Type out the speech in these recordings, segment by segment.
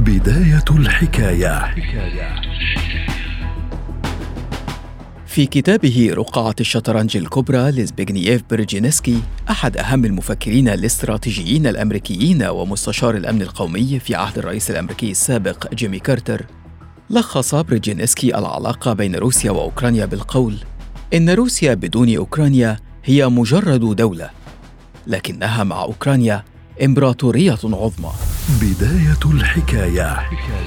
بداية الحكاية. في كتابه رقعة الشطرنج الكبرى لزبيغنييف برجينسكي، أحد أهم المفكرين الاستراتيجيين الأمريكيين ومستشار الأمن القومي في عهد الرئيس الأمريكي السابق جيمي كارتر، لخص برجينسكي العلاقة بين روسيا وأوكرانيا بالقول: إن روسيا بدون أوكرانيا هي مجرد دولة، لكنها مع أوكرانيا إمبراطورية عظمى. بداية الحكاية.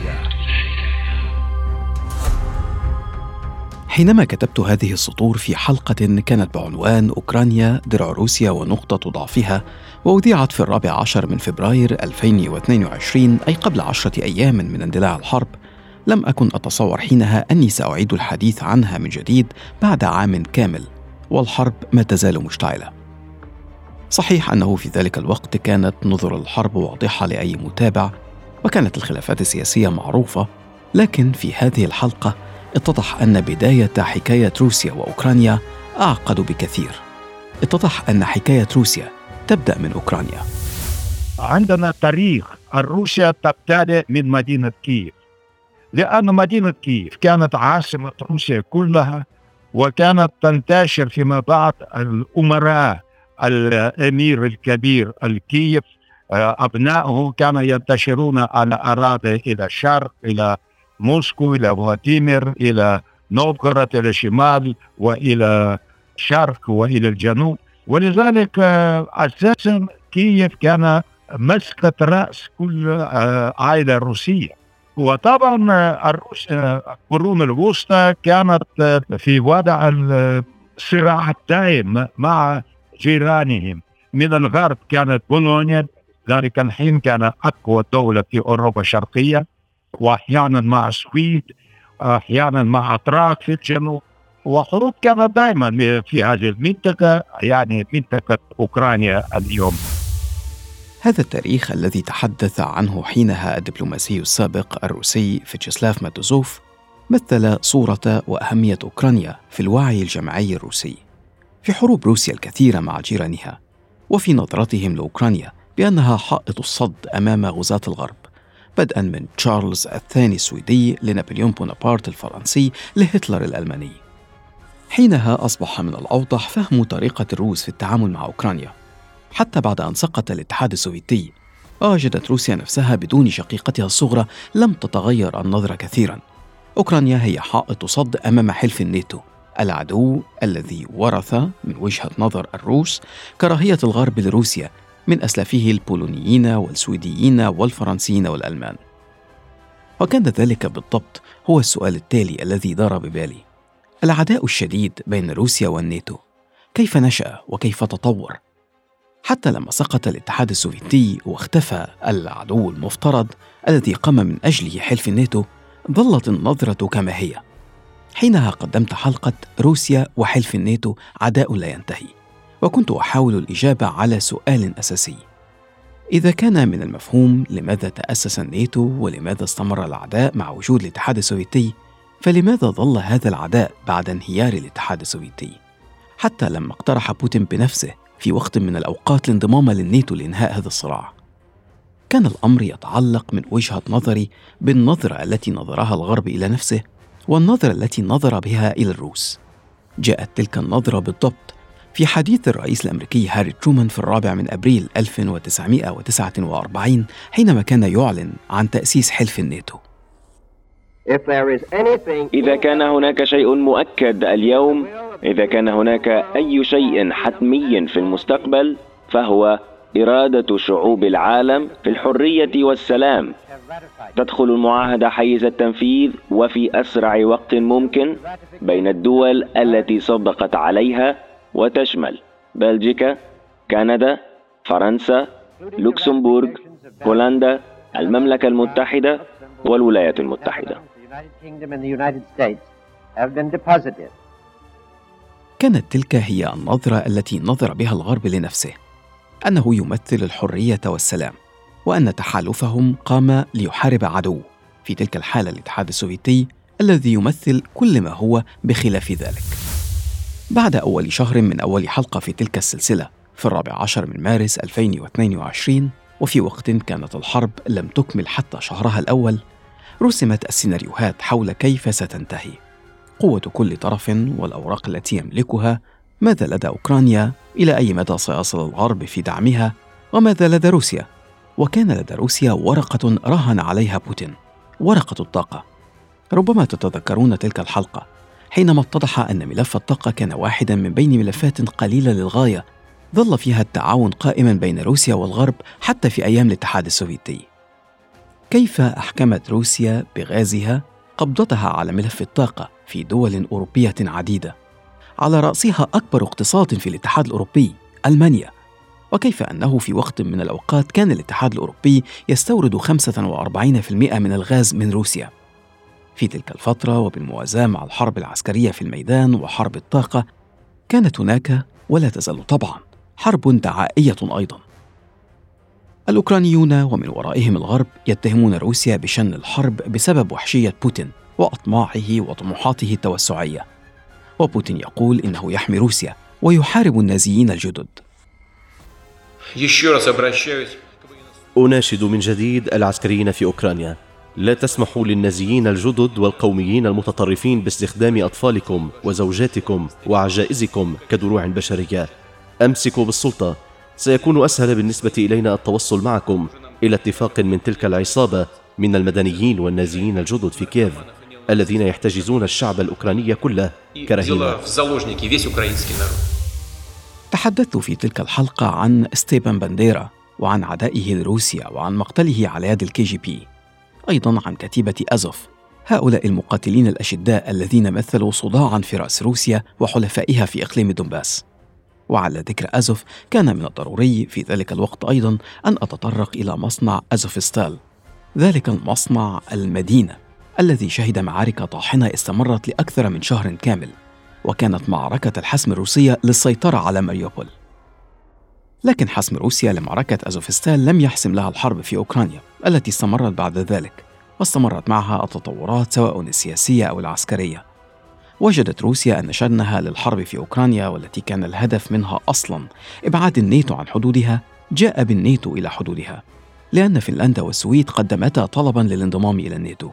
حينما كتبت هذه السطور في حلقة كانت بعنوان أوكرانيا درع روسيا ونقطة ضعفها، وأذيعت في 14 من فبراير 2022، أي قبل 10 أيام من اندلاع الحرب، لم أكن أتصور حينها أني سأعيد الحديث عنها من جديد بعد عام كامل والحرب ما تزال مشتعلة. صحيح أنه في ذلك الوقت كانت نظر الحرب واضحة لأي متابع، وكانت الخلافات السياسية معروفة، لكن في هذه الحلقة اتضح أن بداية حكاية روسيا وأوكرانيا أعقد بكثير. اتضح أن حكاية روسيا تبدأ من أوكرانيا. عندنا تاريخ روسيا تبتدئ من مدينة كييف، لأن مدينة كييف كانت عاصمة روسيا كلها، وكانت تنتشر فيما بعد الأمراء الأمير الكبير الكييف أبنائه كانوا ينتشرون على أراضي إلى الشرق، إلى موسكو، إلى فلاديمير، إلى نوفغورود، إلى الشمال وإلى الشرق وإلى الجنوب. ولذلك أساسا كييف كان مسقط رأس كل عائلة روسية. وطبعا القرون الوسطى كانت في وضع الصراع الدائم مع جيرانهم. من الغرب كانت بولونيا، ذلك الحين كان أقوى دولة في أوروبا الشرقية، وأحيانا مع السويد، أحيانا مع أتراك في الجنوب. وحروب كانت دائما في هذه المنطقة، يعني منطقة أوكرانيا اليوم. هذا التاريخ الذي تحدث عنه حينها الدبلوماسي السابق الروسي فيتشسلاف ماتوزوف مثل صورة وأهمية أوكرانيا في الوعي الجماعي الروسي في حروب روسيا الكثيرة مع جيرانها، وفي نظرتهم لأوكرانيا بأنها حائط الصد أمام غزاة الغرب، بدءا من تشارلز الثاني السويدي لنابليون بونابرت الفرنسي لهتلر الألماني. حينها أصبح من الأوضح فهم طريقة الروس في التعامل مع أوكرانيا، حتى بعد أن سقط الاتحاد السوفيتي ووجدت روسيا نفسها بدون شقيقتها الصغرى لم تتغير النظرة كثيرا. أوكرانيا هي حائط صد أمام حلف الناتو، العدو الذي ورث من وجهة نظر الروس كراهية الغرب لروسيا من أسلافه البولونيين والسويديين والفرنسيين والألمان. وكان ذلك بالضبط هو السؤال التالي الذي دار ببالي: العداء الشديد بين روسيا والناتو كيف نشأ وكيف تطور؟ حتى لما سقط الاتحاد السوفيتي واختفى العدو المفترض الذي قام من أجله حلف الناتو، ظلت النظرة كما هي. حينها قدمت حلقة روسيا وحلف الناتو عداء لا ينتهي، وكنت أحاول الإجابة على سؤال أساسي: إذا كان من المفهوم لماذا تأسس الناتو ولماذا استمر العداء مع وجود الاتحاد السوفيتي، فلماذا ظل هذا العداء بعد انهيار الاتحاد السوفيتي؟ حتى لما اقترح بوتين بنفسه في وقت من الأوقات الانضمام للناتو لإنهاء هذا الصراع، كان الأمر يتعلق من وجهة نظري بالنظرة التي نظرها الغرب إلى نفسه والنظرة التي نظر بها إلى الروس. جاءت تلك النظرة بالضبط في حديث الرئيس الأمريكي هاري ترومان في 4 من أبريل 1949 حينما كان يعلن عن تأسيس حلف الناتو. إذا كان هناك شيء مؤكد اليوم، إذا كان هناك أي شيء حتمي في المستقبل، فهو إرادة شعوب العالم في الحرية والسلام. تدخل المعاهدة حيز التنفيذ وفي أسرع وقت ممكن بين الدول التي صدقت عليها، وتشمل بلجيكا، كندا، فرنسا، لوكسمبورغ، هولندا، المملكة المتحدة والولايات المتحدة. كانت تلك هي النظرة التي نظر بها الغرب لنفسه، أنه يمثل الحرية والسلام، وأن تحالفهم قام ليحارب عدو، في تلك الحالة الاتحاد السوفيتي الذي يمثل كل ما هو بخلاف ذلك. بعد أول شهر من أول حلقة في تلك السلسلة في 14 من مارس 2022 وفي وقت كانت الحرب لم تكمل حتى شهرها الأول، رسمت السيناريوهات حول كيف ستنتهي، قوة كل طرف والأوراق التي يملكها، ماذا لدى أوكرانيا، إلى أي مدى سيصل الغرب في دعمها، وماذا لدى روسيا. وكان لدى روسيا ورقة راهن عليها بوتين، ورقة الطاقة. ربما تتذكرون تلك الحلقة حينما اتضح أن ملف الطاقة كان واحداً من بين ملفات قليلة للغاية ظل فيها التعاون قائماً بين روسيا والغرب حتى في أيام الاتحاد السوفيتي. كيف أحكمت روسيا بغازها قبضتها على ملف الطاقة في دول أوروبية عديدة، على رأسها أكبر اقتصاد في الاتحاد الأوروبي ألمانيا، وكيف أنه في وقت من الأوقات كان الاتحاد الأوروبي يستورد 45% من الغاز من روسيا. في تلك الفترة وبالموازاة مع الحرب العسكرية في الميدان وحرب الطاقة، كانت هناك ولا تزال طبعاً حرب دعائية أيضاً. الأوكرانيون ومن ورائهم الغرب يتهمون روسيا بشن الحرب بسبب وحشية بوتين وأطماعه وطموحاته التوسعية، وبوتين يقول إنه يحمي روسيا ويحارب النازيين الجدد. أناشد من جديد العسكريين في أوكرانيا: لا تسمحوا للنازيين الجدد والقوميين المتطرفين باستخدام أطفالكم وزوجاتكم وعجائزكم كدروع بشرية. أمسكوا بالسلطة، سيكون أسهل بالنسبة إلينا التوصل معكم إلى اتفاق من تلك العصابة من المدنيين والنازيين الجدد في كييف الذين يحتجزون الشعب الأوكراني كله كرهينة. تحدثت في تلك الحلقة عن ستيبان بانديرا وعن عدائه لروسيا وعن مقتله على يد الKGB، أيضاً عن كتيبة أزوف، هؤلاء المقاتلين الأشداء الذين مثلوا صداعاً في رأس روسيا وحلفائها في إقليم دونباس. وعلى ذكر أزوف، كان من الضروري في ذلك الوقت أيضاً أن أتطرق إلى مصنع أزوفستال، ذلك المصنع المدينة الذي شهد معارك طاحنة استمرت لأكثر من شهر كامل، وكانت معركة الحسم الروسية للسيطرة على ماريوبول. لكن حسم روسيا لمعركة أزوفستال لم يحسم لها الحرب في أوكرانيا التي استمرت بعد ذلك، واستمرت معها التطورات سواء السياسية أو العسكرية. وجدت روسيا أن شنها للحرب في أوكرانيا، والتي كان الهدف منها أصلاً إبعاد الناتو عن حدودها، جاء بالناتو إلى حدودها، لأن فنلندا والسويد قدمتا طلباً للانضمام إلى الناتو.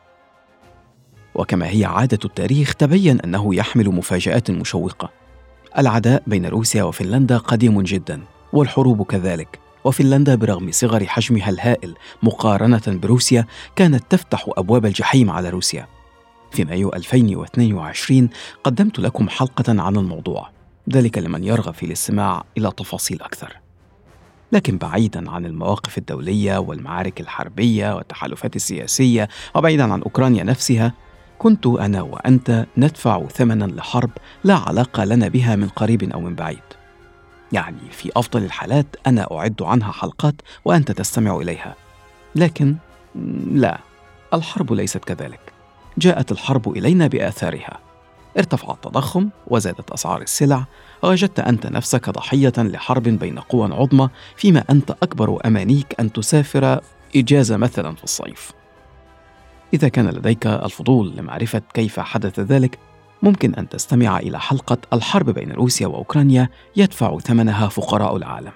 وكما هي عادة التاريخ، تبين أنه يحمل مفاجآت مشوقة. العداء بين روسيا وفنلندا قديم جداً، والحروب كذلك، وفنلندا برغم صغر حجمها الهائل مقارنة بروسيا كانت تفتح أبواب الجحيم على روسيا. في مايو 2022 قدمت لكم حلقة عن الموضوع، ذلك لمن يرغب في الاستماع إلى تفاصيل أكثر. لكن بعيداً عن المواقف الدولية والمعارك الحربية والتحالفات السياسية، وبعيداً عن أوكرانيا نفسها، كنت أنا وأنت ندفع ثمناً لحرب لا علاقة لنا بها من قريب أو من بعيد. يعني في أفضل الحالات أنا أعد عنها حلقات وأنت تستمع إليها، لكن لا، الحرب ليست كذلك. جاءت الحرب إلينا بآثارها، ارتفع التضخم وزادت أسعار السلع، ووجدت أنت نفسك ضحية لحرب بين قوى عظمى، فيما أنت أكبر أمانيك أن تسافر إجازة مثلا في الصيف. إذا كان لديك الفضول لمعرفة كيف حدث ذلك، ممكن أن تستمع إلى حلقة الحرب بين روسيا وأوكرانيا يدفع ثمنها فقراء العالم.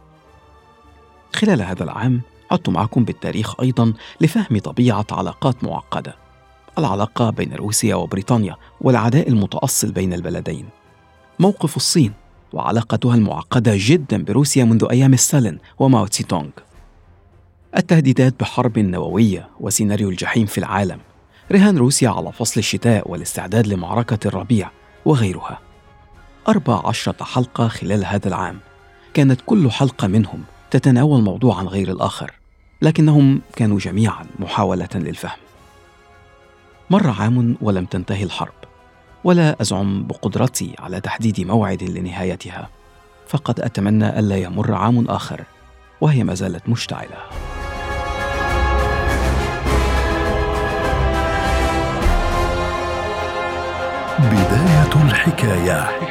خلال هذا العام عدت معكم بالتاريخ أيضا لفهم طبيعة علاقات معقدة، العلاقة بين روسيا وبريطانيا والعداء المتأصل بين البلدين، موقف الصين وعلاقتها المعقدة جدا بروسيا منذ أيام ستالين وماو تسي تونغ، التهديدات بحرب نووية وسيناريو الجحيم في العالم، رهان روسيا على فصل الشتاء والاستعداد لمعركة الربيع وغيرها. 14 حلقة خلال هذا العام، كانت كل حلقة منهم تتناول موضوعا غير الآخر، لكنهم كانوا جميعا محاولة للفهم. مر عام ولم تنتهي الحرب، ولا أزعم بقدرتي على تحديد موعد لنهايتها، فقد أتمنى ألا يمر عام آخر وهي ما زالت مشتعلة. بداية الحكاية.